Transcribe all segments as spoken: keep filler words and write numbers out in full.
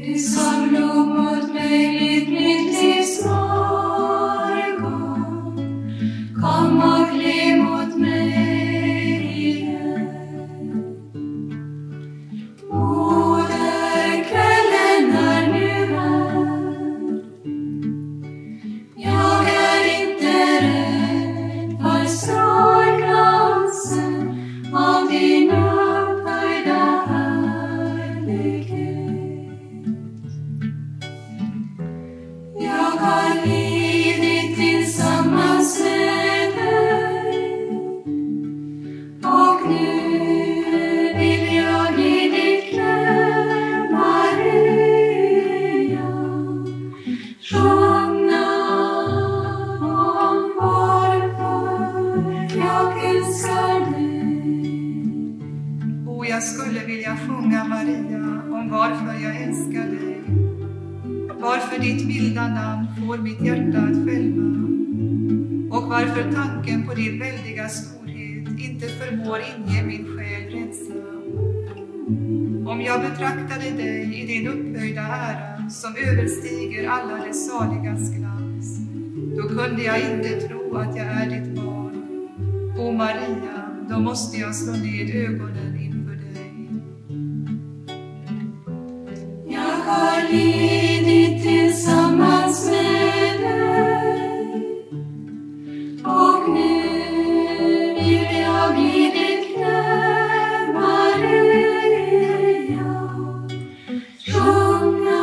som log mot mig vid mitt livs morgon, kom och le mot mig igen. Moderkvällen är nu här, jag är inte rädd för strålglansen av din upphöjda härlighet. Jag har lidit tillsammans med dig, och nu vill jag i ditt knä, Maria, sjunga om varför jag älskar dig. Och jag skulle vilja sjunga, Maria, om varför jag älskar dig. Varför ditt milda namn får mitt hjärta att skälva, och varför tanken på din väldiga storhet inte förmår inge min själ rädsla. Om jag betraktade dig i din upphöjda ära som överstiger alla de saligas glans, då kunde jag inte tro att jag är ditt barn. O Maria, då måste jag slå ned ögonen inför dig. Jag har lidit tillsammans med dig, och nu vill jag i ditt knä, Maria, sjunga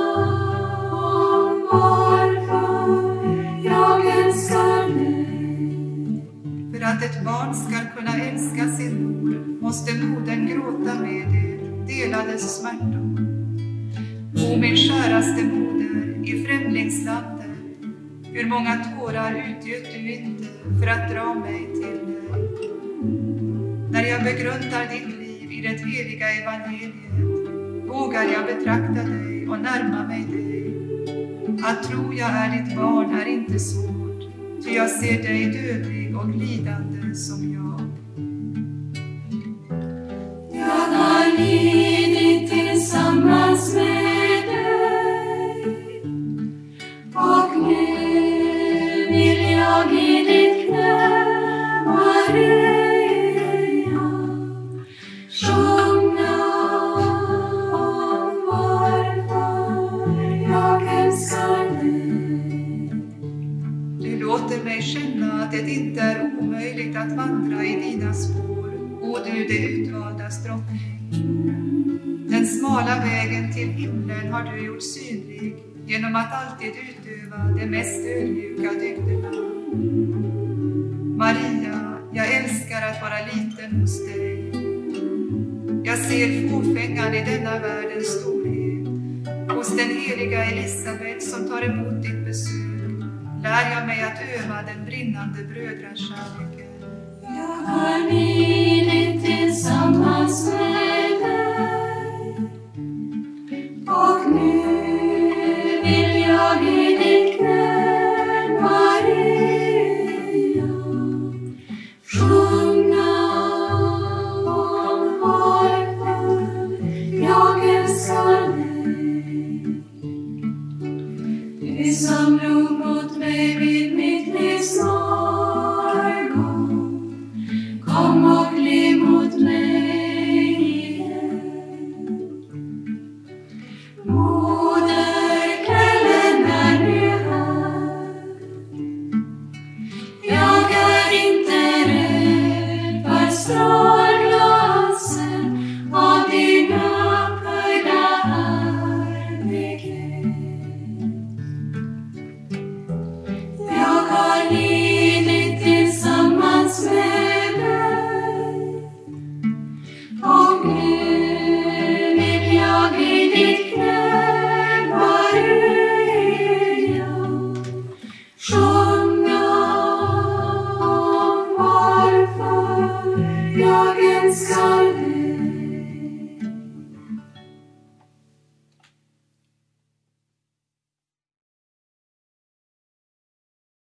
om varför jag älskar dig. För att ett barn ska kunna älska sin mor måste modern gråta med det, delades smärtor. O min käraste moder i främlingslandet, hur många tårar utgöt du inte för att dra mig till dig. När jag begrundar ditt liv i det eviga evangeliet, vågar jag betrakta dig och närma mig dig. Att tro jag är ditt barn är inte svårt, ty jag ser dig dödlig och lidande som jag. Jag har lidit tillsammans med dig, och nu vill jag i ditt knä, Maria, sjunga om varför jag älskar dig. Du låter mig känna att det inte är omöjligt att vandra i dina spår, o du det utvaldas drottning. Den smala vägen till himlen har du gjort synlig genom att alltid utöva de mest ödmjuka dygderna. Maria, jag älskar att vara liten hos dig. Jag ser fåfängan i denna världens storhet. Hos den heliga Elisabet som tar emot ditt besök lär jag mig att öva den brinnande brödrakärleken. Jag har lidit tillsammans med dig, och nu vill jag i ditt knä, Maria, sjunga om varför jag älskar dig. Du som log mot mig vid mitt livs morgon, kom och le mot mig igen. Moderkvällen är nu här, jag är inte rädd för strålglansen av din upphöjda härlighet. Jag har lidit tillsammans med dig, och nu vill jag i ditt knä, Maria, sjunga om varför jag